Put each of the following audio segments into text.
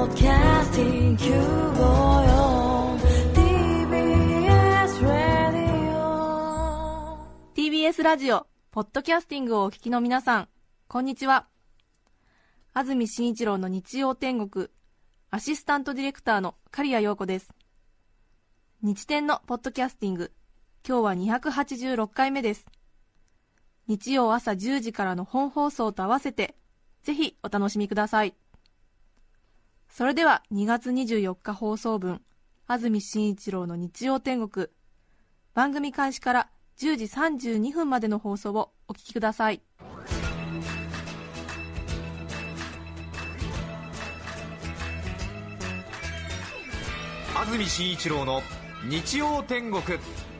Podcasting 954TBS ラジオポッドキャスティングをお聞きの皆さん、こんにちは。安住紳一郎の日曜天国アシスタントディレクターの刈谷陽子です。日天のポッドキャスティング、今日は286回目です。日曜朝10時からの本放送と合わせてぜひお楽しみください。それでは2月24日放送分、安住紳一郎の日曜天国、番組開始から10時32分までの放送をお聞きください。 安住紳一郎の日曜天国。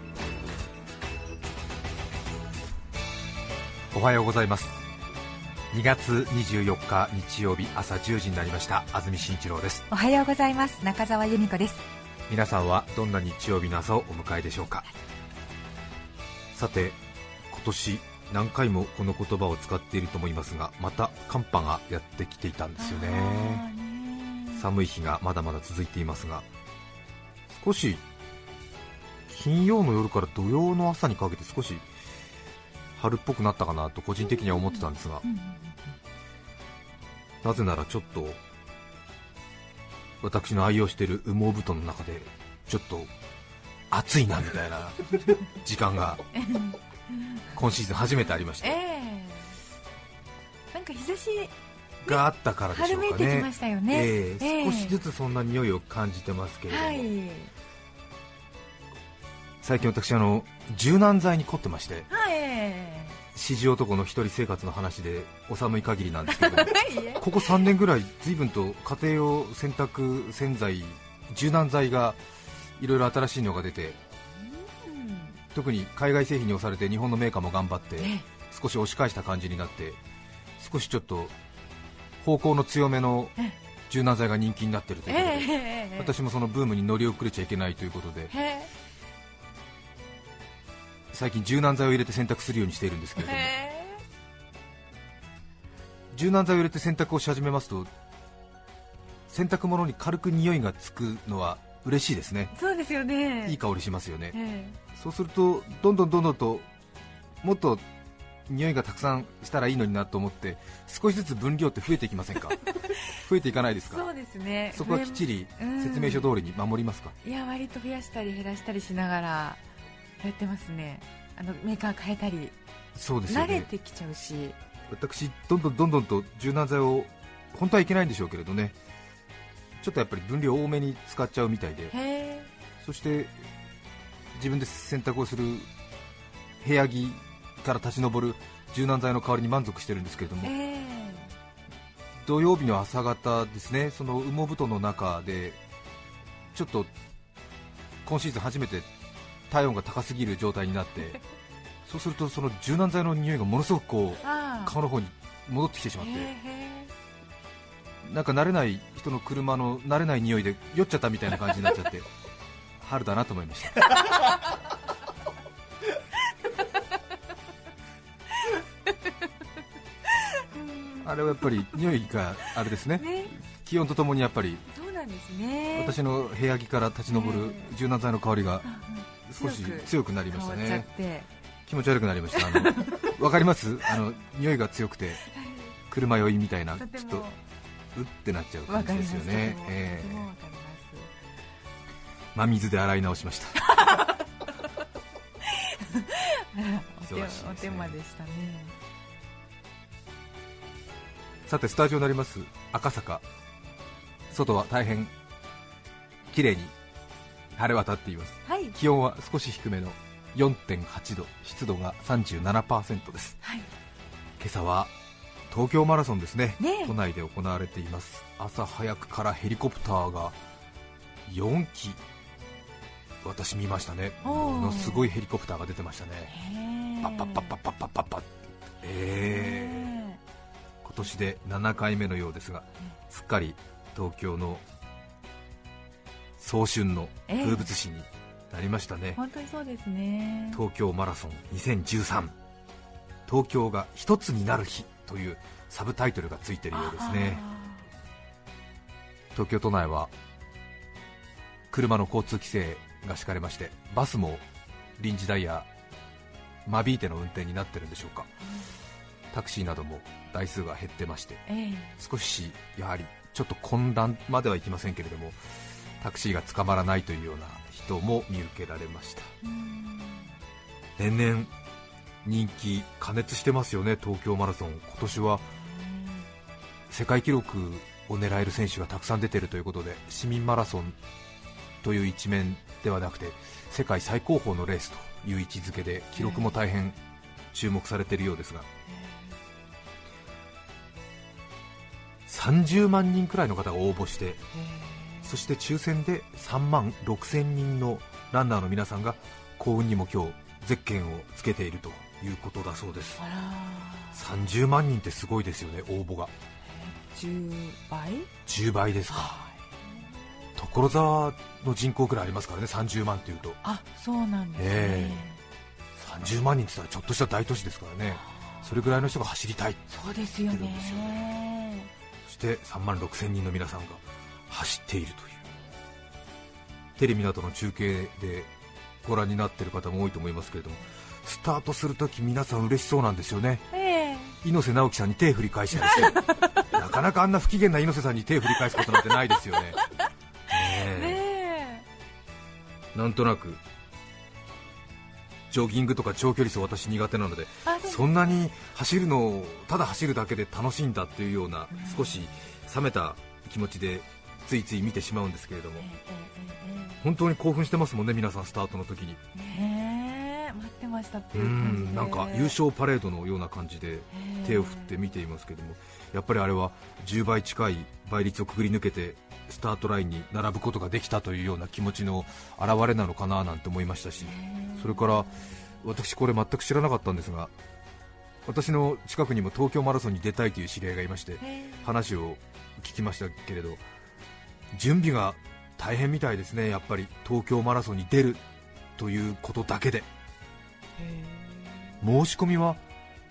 おはようございます。2月24日日曜日朝10時になりました。安住紳一郎です。 おはようございます。中澤由美子です。 皆さんはどんな日曜日の朝をお迎えでしょうか。さて、今年何回もこの言葉を使っていると思いますが、また寒波がやってきていたんですよね。寒い日がまだまだ続いていますが、少し金曜の夜から土曜の朝にかけて少し春っぽくなったかなと個人的には思ってたんですが、なぜならちょっと私の愛用している羽毛布団の中でちょっと暑いなみたいな時間が今シーズン初めてありまして、 なんか日差しがあったからでしょうかね。 春めいてきましたよね。 少しずつそんな匂いを感じてますけれども、 はい、 最近私柔軟剤に凝ってまして、 はい、 四字男の一人生活の話でお寒い限りなんですけどここ3年ぐらい随分と家庭用洗濯洗剤柔軟剤がいろいろ新しいのが出て、特に海外製品に押されて日本のメーカーも頑張って少し押し返した感じになって、少しちょっと方向の強めの柔軟剤が人気になっているということで、私もそのブームに乗り遅れちゃいけないということで、最近柔軟剤を入れて洗濯するようにしているんですけれども、柔軟剤を入れて洗濯をし始めますと、洗濯物に軽く匂いがつくのは嬉しいですね。 そうですよね。 いい香りしますよね。そうするとどんどんともっと匂いがたくさんしたらいいのになと思って、少しずつ分量って増えていきませんか増えていかないですか。 そうですね。 そこはきっちり説明書通りに守りますか。 いや、割と増やしたり減らしたりしながらやってますね。メーカー変えたり。 そうですよね。 慣れてきちゃうし、 私どんどんと柔軟剤を本当はいけないんでしょうけれどね、ちょっとやっぱり分量多めに使っちゃうみたいで、そして自分で洗濯をする部屋着から立ち上る柔軟剤の代わりに満足してるんですけれども、土曜日の朝方ですね、その羽毛布団の中でちょっと今シーズン初めて体温が高すぎる状態になってそうするとその柔軟剤の匂いがものすごくこう顔の方に戻ってきてしまって、なんか慣れない人の車の慣れない匂いで酔っちゃったみたいな感じになっちゃって春だなと思いましたあれはやっぱり匂いがあれですね、気温とともにやっぱりそうなんですね。 私の部屋着から立ち上る柔軟剤の香りが少し強くなりましたね。気持ち悪くなりました。わかります？匂いが強くて車酔いみたいな、ちょっとうってなっちゃう感じですよね。真水で洗い直しましたお手間でしたね。 さて、スタジオになります赤坂、外は大変綺麗に晴れ渡っています。気温は少し低めの 4.8 度、湿度が 37% です。今朝は東京マラソンですね、都内で行われています。朝早くからヘリコプターが4機、私見ましたね。ものすごいヘリコプターが出てましたね。パッパッパッパッパッパッパッパッ、今年で7回目のようですが、すっかり東京の早春の風物詩になりましたね。 本当にそうですね。 東京マラソン2013、東京が一つになる日というサブタイトルがついているようですね。 東京都内は車の交通規制が敷かれまして、バスも臨時ダイヤ間引いての運転になってるんでしょうか。タクシーなども台数が減ってまして、少しやはりちょっと混乱まではいきませんけれども、タクシーが捕まらないというような人も見受けられました。年々人気過熱してますよね、東京マラソン。今年は世界記録を狙える選手がたくさん出ているということで、市民マラソンという一面ではなくて世界最高峰のレースという位置づけで記録も大変注目されているようですが、30万人くらいの方が応募して、そして抽選で3万6千人のランナーの皆さんが幸運にも今日ゼッケンをつけているということだそうです。30万人ってすごいですよね、応募が。10倍ですか。所沢の人口くらいありますからね、30万というと。 あ、そうなんですね。 30万人って言ったらちょっとした大都市ですからね。それぐらいの人が走りたいってそうですよね。 そして3万6千人の皆さんが走っているという、テレビなどの中継でご覧になっている方も多いと思いますけれども、スタートするとき皆さん嬉しそうなんですよね。猪瀬直樹さんに手振り返したりしてなかなかあんな不機嫌な猪瀬さんに手振り返すことなんてないですよね。なんとなくジョギングとか長距離走私苦手なので、そんなに走るのをただ走るだけで楽しいんだっていうような少し冷めた気持ちでついつい見てしまうんですけれども、本当に興奮してますもんね、皆さんスタートの時に。 待ってましたっていう感じで、 なんか優勝パレードのような感じで手を振って見ていますけれども、やっぱりあれは10倍近い倍率をくぐり抜けてスタートラインに並ぶことができたというような気持ちの表れなのかななんて思いましたし、それから私これ全く知らなかったんですが、私の近くにも東京マラソンに出たいという知り合いがいまして、話を聞きましたけれど、準備が大変みたいですね。やっぱり東京マラソンに出るということだけで申し込みは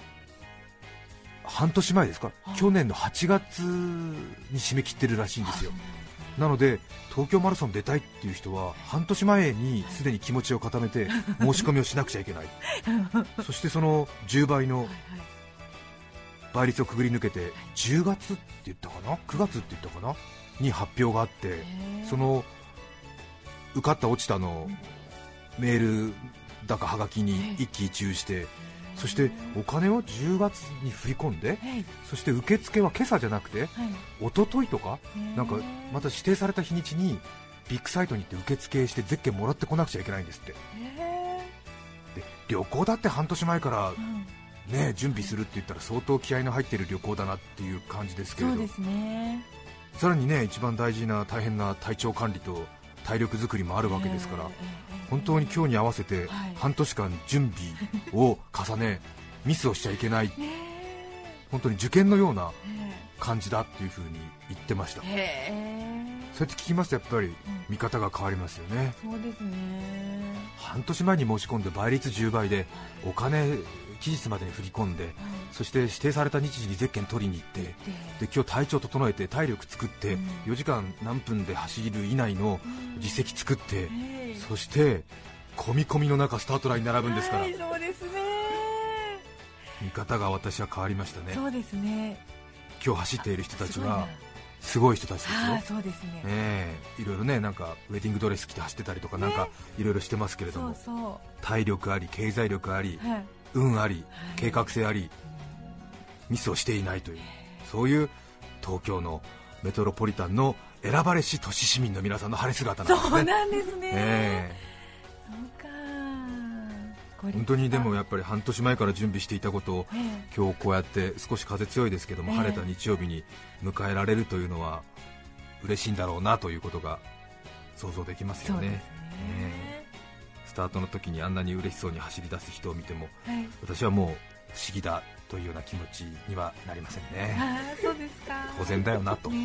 半年前ですか、去年の8月に締め切ってるらしいんですよ。なので東京マラソン出たいっていう人は半年前にすでに気持ちを固めて申し込みをしなくちゃいけないそしてその10倍の倍率をくぐり抜けて10月って言ったかな、9月って言ったかなに発表があって、その受かった落ちたのメールだかはがきに一喜一憂して、そしてお金を10月に振り込んで、そして受付は今朝じゃなくて一昨日とかなんかまた指定された日にちにビッグサイトに行って受付してゼッケンもらってこなくちゃいけないんですって。で旅行だって半年前からね、準備するって言ったら相当気合いの入っている旅行だなっていう感じですけれど、 そうですね。さらにね、一番大事な大変な体調管理と体力作りもあるわけですから、本当に今日に合わせて半年間準備を重ね、ミスをしちゃいけない、本当に受験のような感じだっていう風に言ってました。そうやって聞きますとやっぱり見方が変わりますよね。 そうですね。 半年前に申し込んで倍率10倍でお金期日までに振り込んで、そして指定された日時にゼッケン取りに行って、で今日体調整えて体力作って、4時間何分で走る以内の実績作って、そして込み込みの中スタートラインに並ぶんですから、 そうですね。 見方が私は変わりましたね。 そうですね。 今日走っている人たちはすごい人たちですよ。 そうですね。 いろいろね、なんかウェディングドレス着て走ってたりとかなんかいろいろしてますけれども、体力あり経済力あり、運あり計画性あり、ミスをしていないという、そういう東京のメトロポリタンの選ばれし都市市民の皆さんの晴れ姿なんですね。 そうなんですね。そうか。 本当にでもやっぱり半年前から準備していたことを、今日こうやって少し風強いですけども、晴れた日曜日に迎えられるというのは嬉しいんだろうなということが想像できますよね。スタートの時にあんなに嬉しそうに走り出す人を見ても、私はもう不思議だというような気持ちにはなりませんね。 そうですか。 当然だよなと。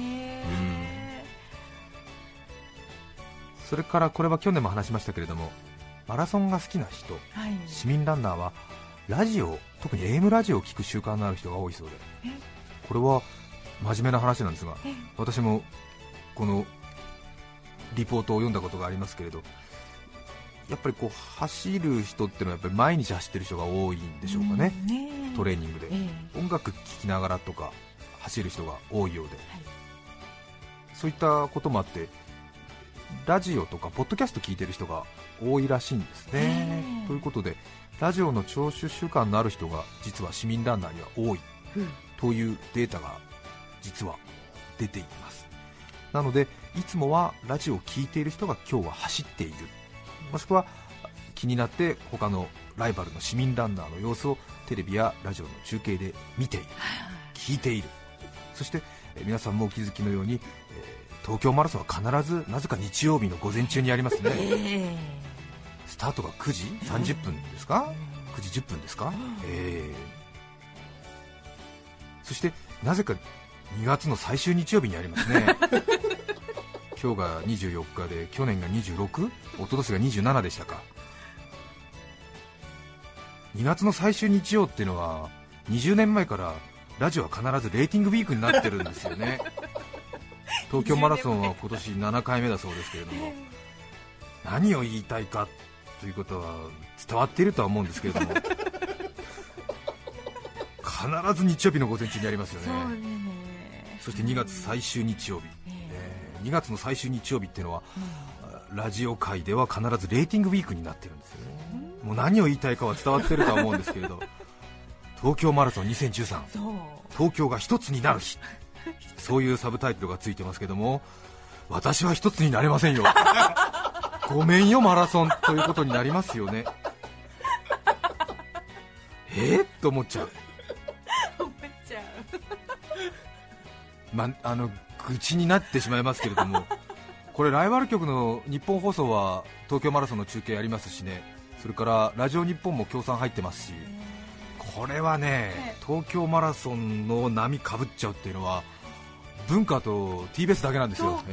それからこれは去年も話しましたけれども、マラソンが好きな人、市民ランナーはラジオ、特に AM ラジオを聞く習慣のある人が多いそうで、これは真面目な話なんですが、私もこのリポートを読んだことがありますけれど、やっぱりこう走る人っていうのはやっぱり毎日走ってる人が多いんでしょうかね、トレーニングで、音楽聴きながらとか走る人が多いようで、そういったこともあってラジオとかポッドキャスト聞いてる人が多いらしいんですね、ということでラジオの聴取習慣のある人が実は市民ランナーには多い、というデータが実は出ています。なのでいつもはラジオを聞いている人が今日は走っている、もしくは気になって他のライバルの市民ランナーの様子をテレビやラジオの中継で見ている、聞いている。そして皆さんもお気づきのように、東京マラソンは必ずなぜか日曜日の午前中にありますね、スタートが9時30分ですか、9時10分ですか、そしてなぜか2月の最終日曜日にありますね今日が24日で去年が 26?、 一昨年が27でしたか。2月の最終日曜っていうのは20年前からラジオは必ずレーティングウィークになってるんですよね東京マラソンは今年7回目だそうですけれども、何を言いたいかということは伝わっているとは思うんですけれども必ず日曜日の午前中にありますよね。そして2月最終日曜日、2月の最終日曜日っていうのは、ラジオ界では必ずレーティングウィークになってるんですよね。もう何を言いたいかは伝わってるとは思うんですけれど東京マラソン2013、東京が一つになる日、そういうサブタイトルがついてますけども、私は一つになれませんよごめんよマラソンということになりますよねと思っちゃう愚痴になってしまいますけれどもこれライバル局の日本放送は東京マラソンの中継ありますしね、それからラジオ日本も協賛入ってますし、これはね東京マラソンの波かぶっちゃうっていうのは文化と TBS だけなんですよ。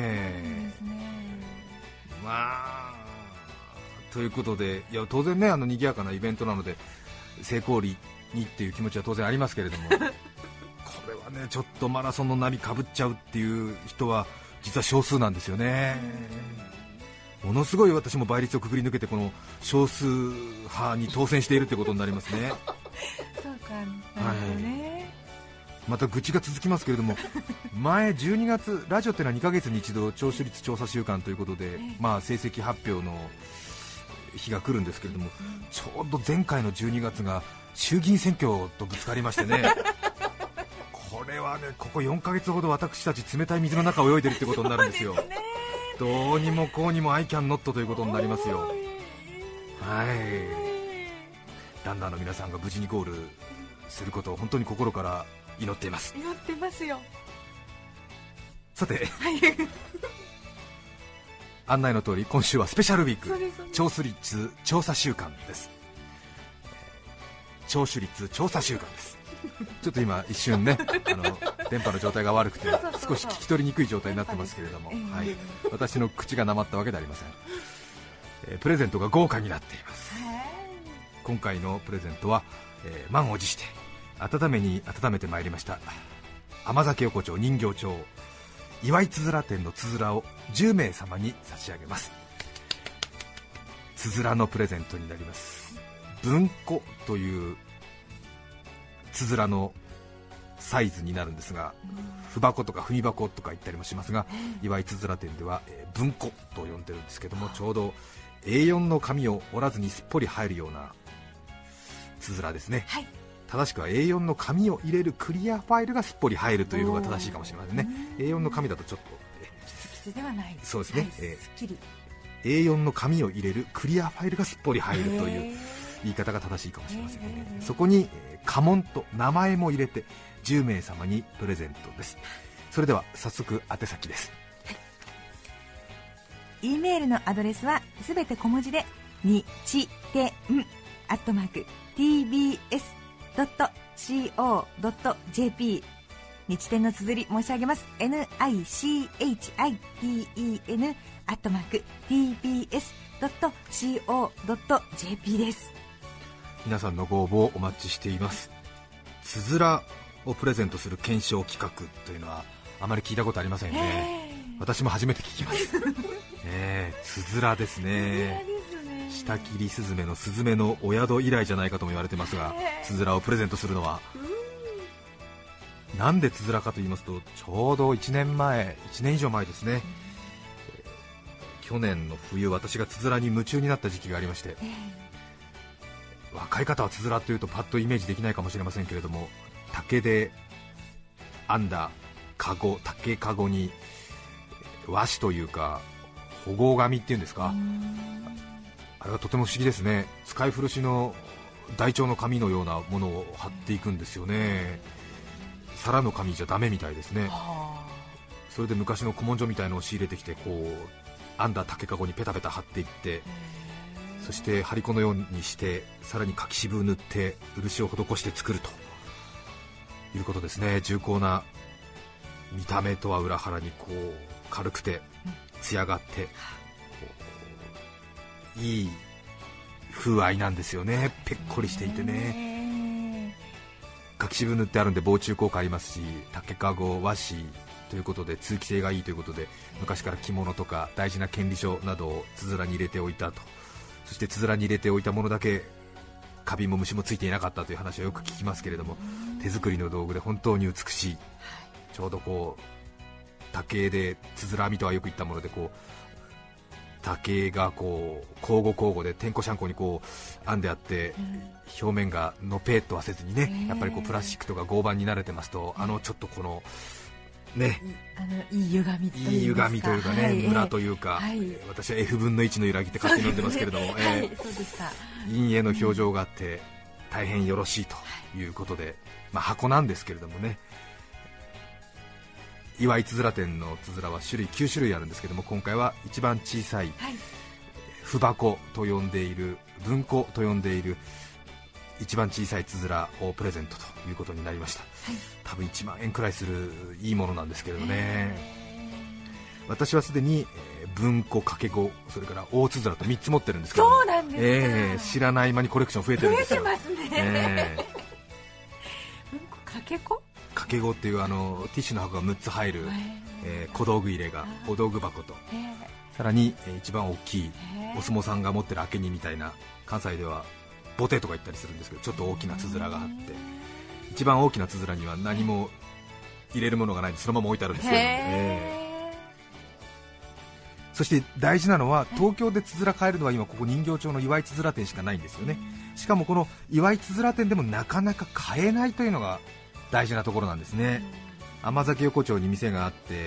まあということで、いや当然ね賑やかなイベントなので成功率にっていう気持ちは当然ありますけれどもこれはねちょっとマラソンの波かぶっちゃうっていう人は実は少数なんですよね。ものすごい私も倍率をくぐり抜けてこの少数派に当選しているってことになりますねそうか、なるほどね、 また愚痴が続きますけれども前12月ラジオっていうのは2ヶ月に一度聴取率調査週間ということで、成績発表の日が来るんですけれども、ちょうど前回の12月が衆議院選挙とぶつかりましてねこれはねここ4ヶ月ほど私たち冷たい水の中を泳いでるってことになるんですよ。どうにもこうにも I can not ということになりますよ。ランナーの皆さんが無事にゴールすることを本当に心から祈っています。 祈ってますよ。 さて、案内の通り今週はスペシャルウィーク聴取率調査週間です。聴取率調査週間です。ちょっと今一瞬ね電波の状態が悪くて少し聞き取りにくい状態になってますけれども、私の口がなまったわけではありません。プレゼントが豪華になっています。今回のプレゼントは、満を持して温めてまいりました甘酒横丁人形町祝いつづら店のつづらを10名様に差し上げます。つづらのプレゼントになります。文庫というつづらのサイズになるんですが、符箱とか踏み箱とか言ったりもしますが、祝いつづら店では文庫と呼んでるんですけども、ちょうど A4 の紙を折らずにすっぽり入るようなつづらですね、正しくは A4 の紙を入れるクリアファイルがすっぽり入るというのが正しいかもしれませんね。 A4 の紙だとちょっとキツキツではない。 そうですね、 すっきり A4 の紙を入れるクリアファイルがすっぽり入るという言い方が正しいかもしれませんね。そこに家紋と名前も入れて10名様にプレゼントです。それでは早速宛先です。 E メールのアドレスはすべて小文字で日天@tbs.co.jp、 日天の綴り申し上げます。 NICHITEN@tbs.co.jp です。 皆さんのご応募をお待ちしています。つづらをプレゼントする検証企画というのはあまり聞いたことありませんよね。 私も初めて聞きますつづらですね。下切りスズメのスズメのお宿以来じゃないかとも言われてますが、つづらをプレゼントするのはなんでつづらかと言いますと、ちょうど1年以上前ですね、去年の冬、私がつづらに夢中になった時期がありまして、若い方はつづらというとパッとイメージできないかもしれませんけれども、竹で編んだかご、竹かごに和紙というか保護紙っていうんですか、あれはとても不思議ですね。使い古しの台帳の紙のようなものを貼っていくんですよね。皿の紙じゃダメみたいですね。それで昔の古文書みたいのを仕入れてきて、こう編んだ竹かごにペタペタ貼っていって、そして張り子のようにしてさらに柿渋を塗って漆を施して作るということですね。重厚な見た目とは裏腹にこう軽くて艶があっていい風合いなんですよね。ぺっこりしていてね、柿渋塗ってあるんで防虫効果ありますし、竹かご和紙ということで通気性がいいということで、昔から着物とか大事な権利書などをつづらに入れておいたと。そしてつづらに入れておいたものだけカビも虫もついていなかったという話はよく聞きますけれども、手作りの道具で本当に美しい、ちょうどこう竹でつづら編みとはよく言ったもので、こう竹がこう交互交互でてんこしゃんこにこう編んであって、表面がのぺーっとはせずにね、やっぱりこうプラスチックとか合板に慣れてますと、ちょっとこのね、 いい歪みというかね、ムラというか、私は F 分の1の揺らぎって勝手に呼んでますけれども、 そうでした。 陰影の表情があって大変よろしいということで、箱なんですけれどもね、岩井つづら店のつづらは9種類あるんですけども、今回は一番小さい符箱と呼んでいる、文庫と呼んでいる一番小さいつづらをプレゼントということになりました。多分1万円くらいするいいものなんですけれどね、私はすでに文庫、掛け子、それから大つづらと3つ持ってるんですけど、 そうなんですか、 知らない間にコレクション増えてるんですよ。 増えてますね、文庫掛け子、 掛け子っていうティッシュの箱が6つ入る、小道具入れがお道具箱と、さらに、一番大きいお相撲さんが持ってる明け荷みたいな、関西ではボテとか言ったりするんですけど、ちょっと大きなつづらがあって、一番大きなつづらには何も入れるものがないんでそのまま置いてあるんですよ、そして大事なのは、東京でつづら買えるのは今ここ人形町の岩井つづら店しかないんですよね。しかもこの岩井つづら店でもなかなか買えないというのが大事なところなんですね。甘崎横丁に店があって、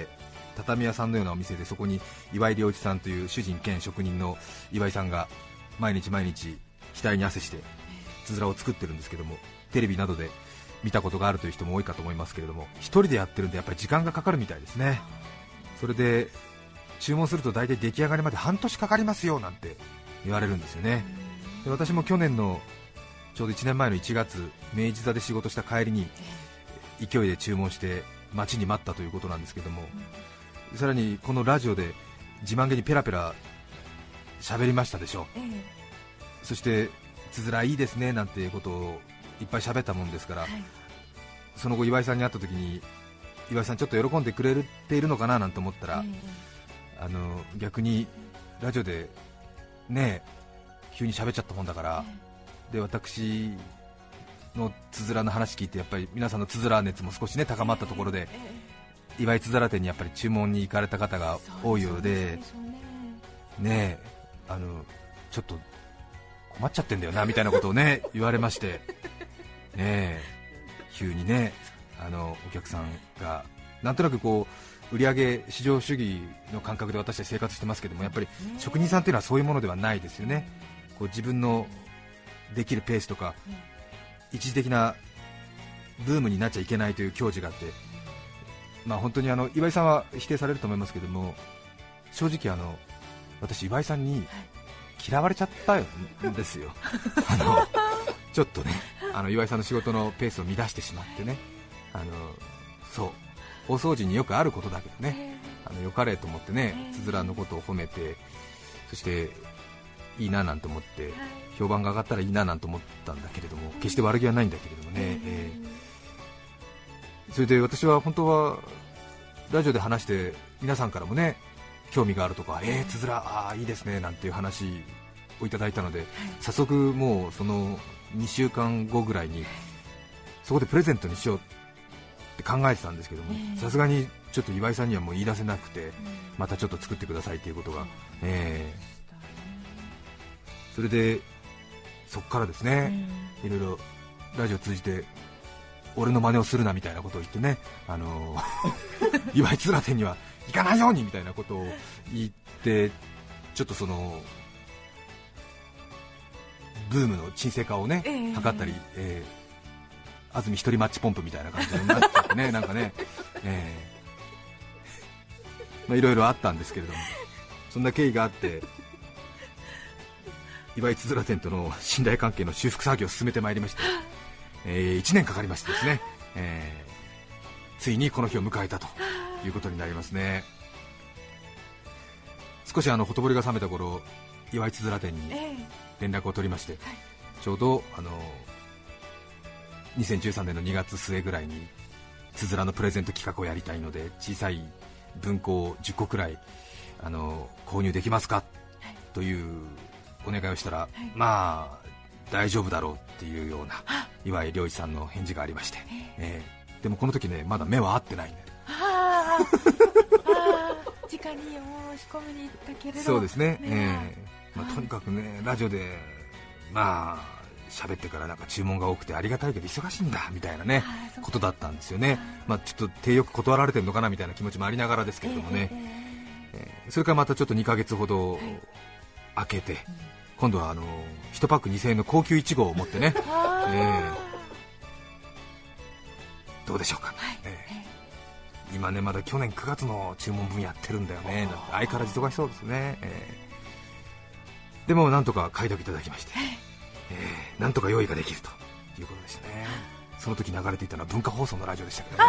畳屋さんのようなお店で、そこに岩井良一さんという主人兼職人の岩井さんが毎日毎日額に汗してつづらを作ってるんですけども、テレビなどで見たことがあるという人も多いかと思いますけれども、一人でやってるんでやっぱり時間がかかるみたいですね。それで注文すると大体出来上がりまで半年かかりますよなんて言われるんですよね。で、私も去年のちょうど1年前の1月、明治座で仕事した帰りに勢いで注文して待ちに待ったということなんですけども、さらにこのラジオで自慢げにペラペラ喋りましたでしょ、そしてつづらいいですねなんていうことをいっぱい喋ったもんですから、その後岩井さんに会った時に、岩井さんちょっと喜んでくれているのかななんて思ったら、逆にラジオでね急に喋っちゃったもんだから、で私のつづらの話聞いて、やっぱり皆さんのつづら熱も少しね高まったところで、岩井つづら店にやっぱり注文に行かれた方が多いようで、ねちょっと困っちゃってんだよなみたいなことをね言われまして、ね急にねお客さんがなんとなくこう売上市場主義の感覚で私たち生活してますけども、やっぱり職人さんというのはそういうものではないですよね。こう自分のできるペースとか一時的なブームになっちゃいけないという矜持があって、本当に岩井さんは否定されると思いますけども、正直私岩井さんに嫌われちゃったんですよちょっとね岩井さんの仕事のペースを乱してしまってね、そう大掃除によくあることだけどね、よかれと思ってねつづらのことを褒めて、そしていいななんて思って、評判が上がったらいいななんて思ったんだけれども、決して悪気はないんだけれどもね、それで私は本当はラジオで話して皆さんからもね興味があるとか、つづらいいですねなんていう話をいただいたので、早速もうその2週間後ぐらいにそこでプレゼントにしようって考えてたんですけども、さすがにちょっと岩井さんにはもう言い出せなくて、またちょっと作ってくださいということが、それでそこからですね、いろいろラジオ通じて俺の真似をするなみたいなことを言ってね、岩井つづら店には行かないようにみたいなことを言って、ちょっとそのブームの沈静化をね、図ったり、安住一人マッチポンプみたいな感じになっちゃってねなんかね、いろいろあったんですけれども、そんな経緯があって岩井つづら店との信頼関係の修復作業を進めてまいりまして、1年かかりましてですね、ついにこの日を迎えたということになりますね。少しほとぼりが冷めた頃、岩井つづら店に連絡を取りまして、ちょうど2013年の2月末ぐらいにつづらのプレゼント企画をやりたいので、小さい文庫を10個くらい購入できますか、というお願いをしたら、まあ大丈夫だろうっていうような岩井良一さんの返事がありまして、でもこの時ねまだ目は合ってないんだよ。 直に申し込みに行ったけれど、 そうですね、とにかくねラジオで喋ってからなんか注文が多くてありがたいけど忙しいんだみたいなねことだったんですよね。ちょっと手よく断られてるのかなみたいな気持ちもありながらですけれどもね、それからまたちょっと2ヶ月ほど空けて、今度は1パック2000円の高級いちごを持ってね、どうでしょうか、今ねまだ去年9月の注文分やってるんだよね、なんて相変わらず忙しそうですね、でもなんとか快諾いただきまして、なんとか用意ができるということでしたね。その時流れていたのは文化放送のラジオでしたけどね、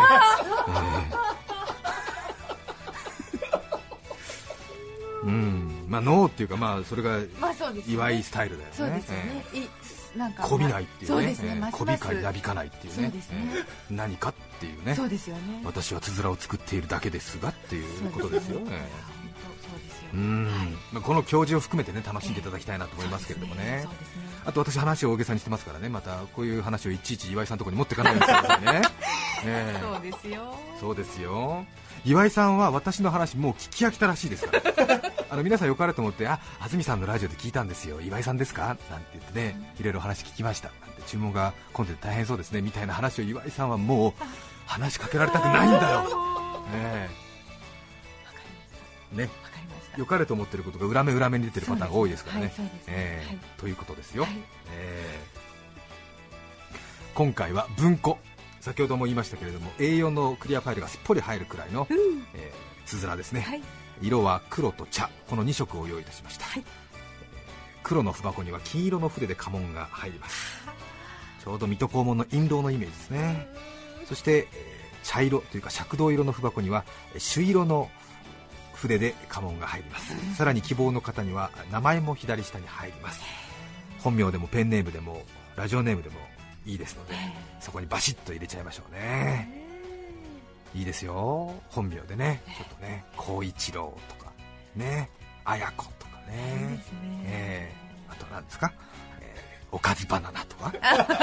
ノーっていうか、それが岩井スタイルだよね。 そうですよね、なんかこびないっていうね、こびかりなびかないっていうね、何かっていうね、 そうですよね、 私はつづらを作っているだけですがっていうことですよ。この教授を含めてね楽しんでいただきたいなと思いますけれどもね。あと私話を大げさにしてますからね、またこういう話をいちいち岩井さんのところに持っていかないようにしてくださいね。 そうですよ、 そうですよ。岩井さんは私の話もう聞き飽きたらしいですから皆さんよかれと思って、安住さんのラジオで聞いたんですよ、岩井さんですかなんて言ってね、いろいろ話聞きましたなんて、注文が混んでて大変そうですねみたいな話を岩井さんはもう話しかけられたくないんだよ。ね、よかれと思っていることが裏目裏目に出てるパターンが多いですからね。ということですよ。今回は文庫、先ほども言いましたけれども A4 のクリアファイルがすっぽり入るくらいのつづらですね、色は黒と茶、この2色を用意いたしました。黒の符箱には金色の筆で家紋が入ります。ちょうど水戸黄門の印籠のイメージですね。そして茶色というか赤銅色の符箱には朱色の筆で家紋が入ります。さらに希望の方には名前も左下に入ります。本名でもペンネームでもラジオネームでもいいですので、そこにバシッと入れちゃいましょうね。いいですよ、本名でね、ちょっとね、孝一郎とかね、綾子とかね、あと何ですか、おかずバナナとか、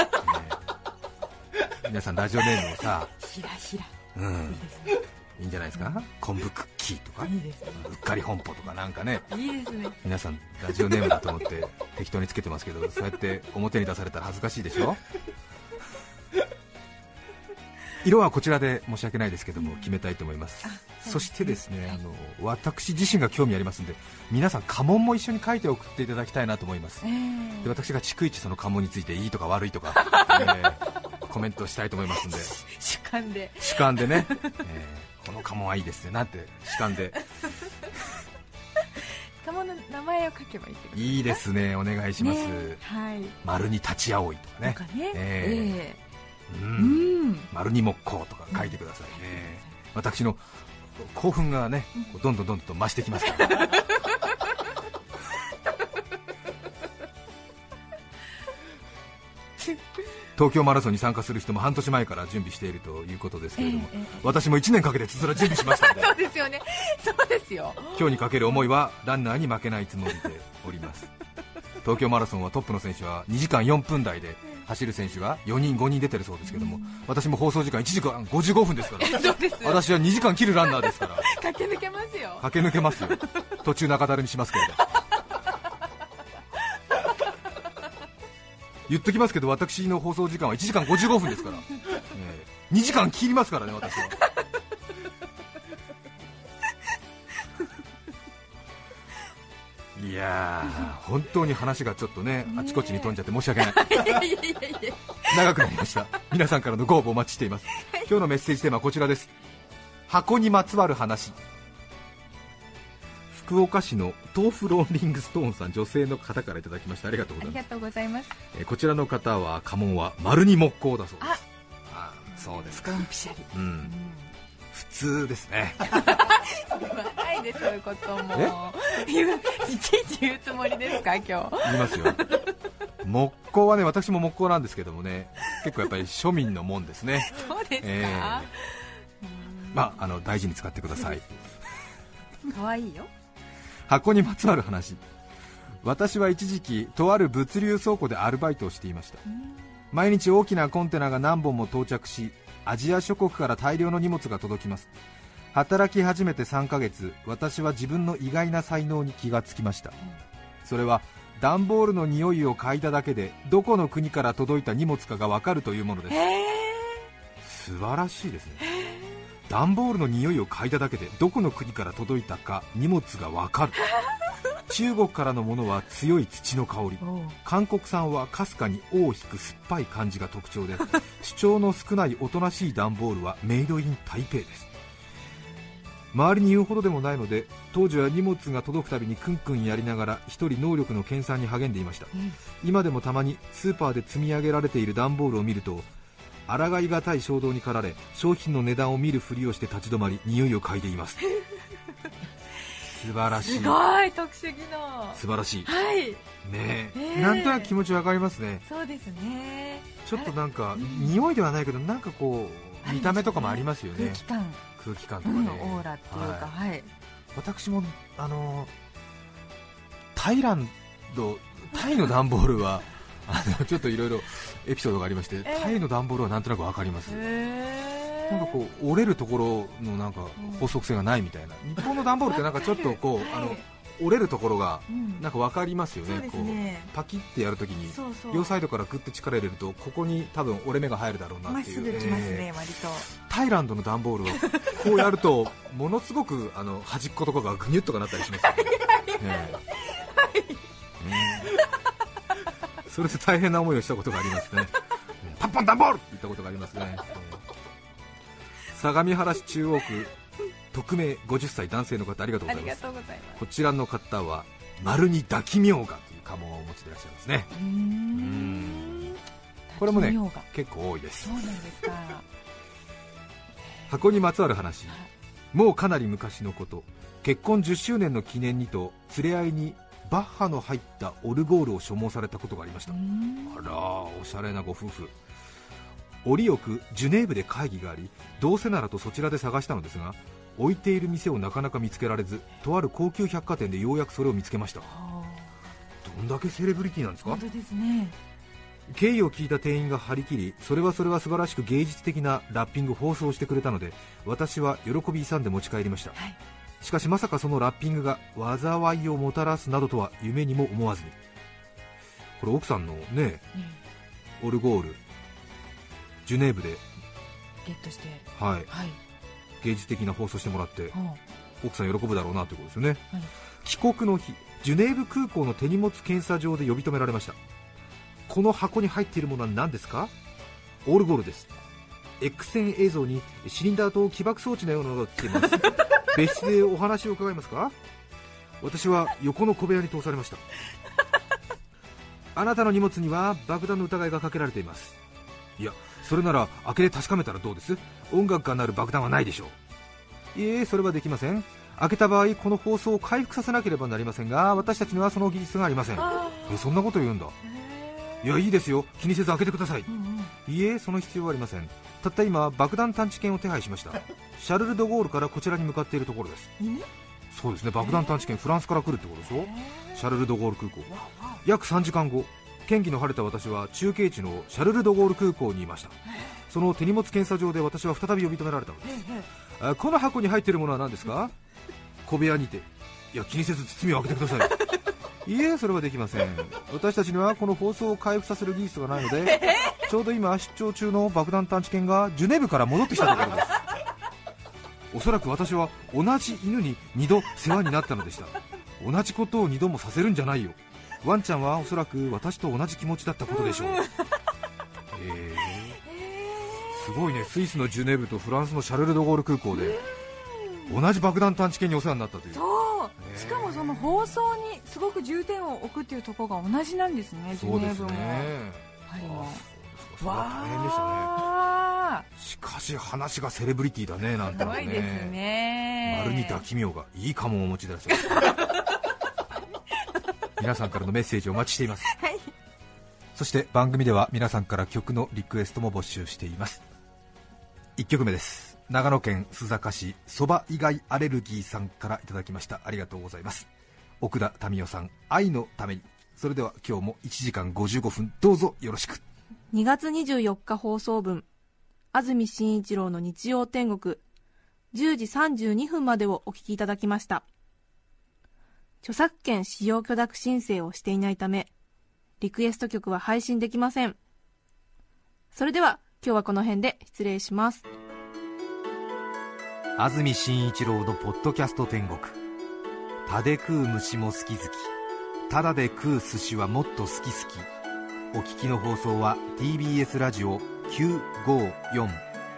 皆さんラジオネームをさ、 ひらひら、 いいんじゃないですか、昆布クッキーとか、 いいですね、 うっかり本舗とかなんかね、 いいですね。 皆さんラジオネームだと思って適当につけてますけど、そうやって表に出されたら恥ずかしいでしょ。色はこちらで申し訳ないですけども決めたいと思います。そしてですね、私自身が興味ありますので、皆さん家紋も一緒に書いて送っていただきたいなと思います。で、私が逐一その家紋についていいとか悪いとか、コメントしたいと思いますので、 主観でね、この家紋はいいですねなんて主観で家紋の名前を書けばいいってことですか。 いいですね、お願いします。丸に立ち葵とかね、丸に木工とか書いてくださいね。私の興奮がね、どんどん増してきますから東京マラソンに参加する人も半年前から準備しているということですけれども、私も1年かけてつづら準備しましたのでそうですよね、そうですよ。 今日にかける思いはランナーに負けないつもりでおります。東京マラソンはトップの選手は2時間4分台で走る選手が4人5人出てるそうですけども、私も放送時間1時間55分ですからそうです、 私は2時間切るランナーですから駆け抜けますよ。 駆け抜けますよ。途中中だるみしますけれど言っときますけど、私の放送時間は1時間55分ですから、2時間切りますからね、私は。いやー、本当に話がちょっとね、あちこちに飛んじゃって申し訳ない長くなりました。皆さんからのご応募お待ちしています。今日のメッセージテーマはこちらです。箱にまつわる話。福岡市の豆腐ローリングストーンさん、女性の方からいただきました。ありがとうございます。 ありがとうございます。 こちらの方は家紋は丸に木工だそうです。あ、そうですか。 ドンピシャリ、 普通ですね。 言わないで、そういうこともいちいち言うつもりですか、今日。 言いますよ。木工はね、私も木工なんですけどもね、結構やっぱり庶民のもんですね。 そうですか、 まあ、大事に使ってください。 かわいいよ。 箱にまつわる話。私は一時期とある物流倉庫でアルバイトをしていました。毎日大きなコンテナが何本も到着し、アジア諸国から大量の荷物が届きます。働き始めて3ヶ月、私は自分の意外な才能に気がつきました。それは段ボールの匂いを嗅いだだけでどこの国から届いた荷物かが分かるというものです。素晴らしいですね。段ボールの匂いを嗅いだだけでどこの国から届いたか荷物が分かる。中国からのものは強い土の香り、韓国産はかすかに尾を引く酸っぱい感じが特徴で、主張の少ないおとなしい段ボールはメイドイン台北です。周りに言うほどでもないので、当時は荷物が届くたびにクンクンやりながら一人能力の研鑽に励んでいました。今でもたまにスーパーで積み上げられている段ボールを見ると、抗いがたい衝動に駆られ、商品の値段を見るふりをして立ち止まり、匂いを嗅いでいます。素晴らしい。 すごい特殊技能。 素晴らしい。 はいねえ、なんとなく気持ちわかりますね。 そうですね。 ちょっとなんか、匂いではないけど、なんかこう見た目とかもありますよね。空気感とかね、 オーラっていうか、はい。 私もタイの段ボールはちょっといろいろエピソードがありまして、タイの段ボールはなんとなくわかります。なんかこう折れるところのなんか法則性がないみたいな。日本の段ボールってなんかちょっとこう、折れるところがなんか分かりますよね。こうパキッてやるときに両サイドからグッと力入れると、ここに多分折れ目が入るだろうなっていう。 まっすぐきますね、割と。 タイランドの段ボールをこうやるとものすごく端っことかがグニュッとかなったりしますよね。それで大変な思いをしたことがありますね。パンパン段ボールって言ったことがありますね。相模原市中央区匿名50歳男性の方、ありがとうございます。こちらの方は丸に抱きみょうがという家紋をお持ちでいらっしゃいますね。これもね、結構多いです。 そうなんですか。 箱にまつわる話。もうかなり昔のこと、結婚10周年の記念にと連れ合いにバッハの入ったオルゴールを所望されたことがありました。あら、おしゃれなご夫婦。折よくジュネーブで会議があり、どうせならとそちらで探したのですが、置いている店をなかなか見つけられず、とある高級百貨店でようやくそれを見つけました。どんだけセレブリティなんですか。 本当ですね。 経緯を聞いた店員が張り切り、それは素晴らしく芸術的なラッピングを放送してくれたので、私は喜び勇んで持ち帰りました。しかしまさかそのラッピングが災いをもたらすなどとは夢にも思わずに。これ奥さんのね、オルゴールジュネーブでゲットして、 はい、芸術的な放送してもらって、奥さん喜ぶだろうなということですよね。帰国の日、ジュネーブ空港の手荷物検査場で呼び止められました。この箱に入っているものは何ですか。オルゴールです。 X 線映像にシリンダーと起爆装置のようなのが映っています。別室でお話を伺いますか。私は横の小部屋に通されました。あなたの荷物には爆弾の疑いがかけられています。いや、それなら開けて確かめたらどうです。音楽が鳴る爆弾はないでしょう。いえ、それはできません。開けた場合この放送を回復させなければなりませんが、私たちにはその技術がありません。そんなこと言うんだ。いや、いいですよ、気にせず開けてください。 いえ、その必要はありません。たった今爆弾探知犬を手配しました。シャルル・ド・ゴールからこちらに向かっているところです。そうですね、爆弾探知犬、フランスから来るってことでしょ。シャルル・ド・ゴール空港。約3時間後、天気の晴れた私は中継地のシャルル・ド・ゴール空港にいました。その手荷物検査場で私は再び呼び止められたのです。この箱に入っているものは何ですか。小部屋にて。いや、気にせず包みを開けてください。いえ、それはできません。私たちにはこの放送を回復させる技術がないので、ちょうど今出張中の爆弾探知犬がジュネーブから戻ってきたところです。おそらく私は同じ犬に2度世話になったのでした。同じことを2度もさせるんじゃないよ。ワンちゃんはおそらく私と同じ気持ちだったことでしょう。すごいね、スイスのジュネーブとフランスのシャルル・ド・ゴール空港で同じ爆弾探知犬にお世話になったという。 そう、しかもその放送にすごく重点を置くっていうところが同じなんですね。ジュネーブもパリも。 それは大変でしたね。しかし話がセレブリティだね、なんてのね。 すごいですね。 丸に抱きみょうがいい家紋をお持ちでいらっしゃる。皆さんからのメッセージをお待ちしています、 はい、 そして番組では皆さんから曲のリクエストも募集しています。1曲目です。長野県須坂市そば以外アレルギーさんからいただきました。ありがとうございます。奥田民生さん、愛のために。それでは今日も1時間55分どうぞよろしく。 2月24日放送分、安住紳一郎の日曜天国、10時32分までをお聞きいただきました。著作権使用許諾申請をしていないため、リクエスト曲は配信できません。それでは今日はこの辺で失礼します。 安住紳一郎のポッドキャスト天国。田で食う虫も好き好き、ただで食う寿司はもっと好き好き。お聞きの放送は TBS ラジオ954。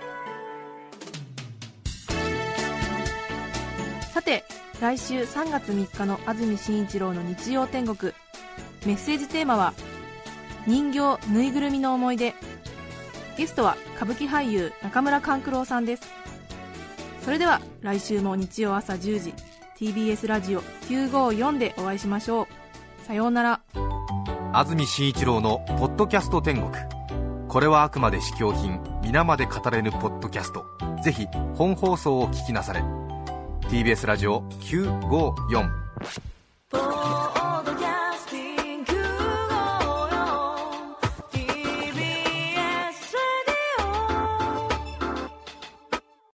さて、来週3月3日の安住紳一郎の日曜天国、メッセージテーマは人形ぬいぐるみの思い出。ゲストは歌舞伎俳優中村勘九郎さんです。それでは来週も日曜朝10時 TBS ラジオ954でお会いしましょう。さようなら。 安住紳一郎のポッドキャスト天国。これはあくまで試供品、皆まで語れぬポッドキャスト。ぜひ本放送を聞きなされ。 TBS ラジオ954。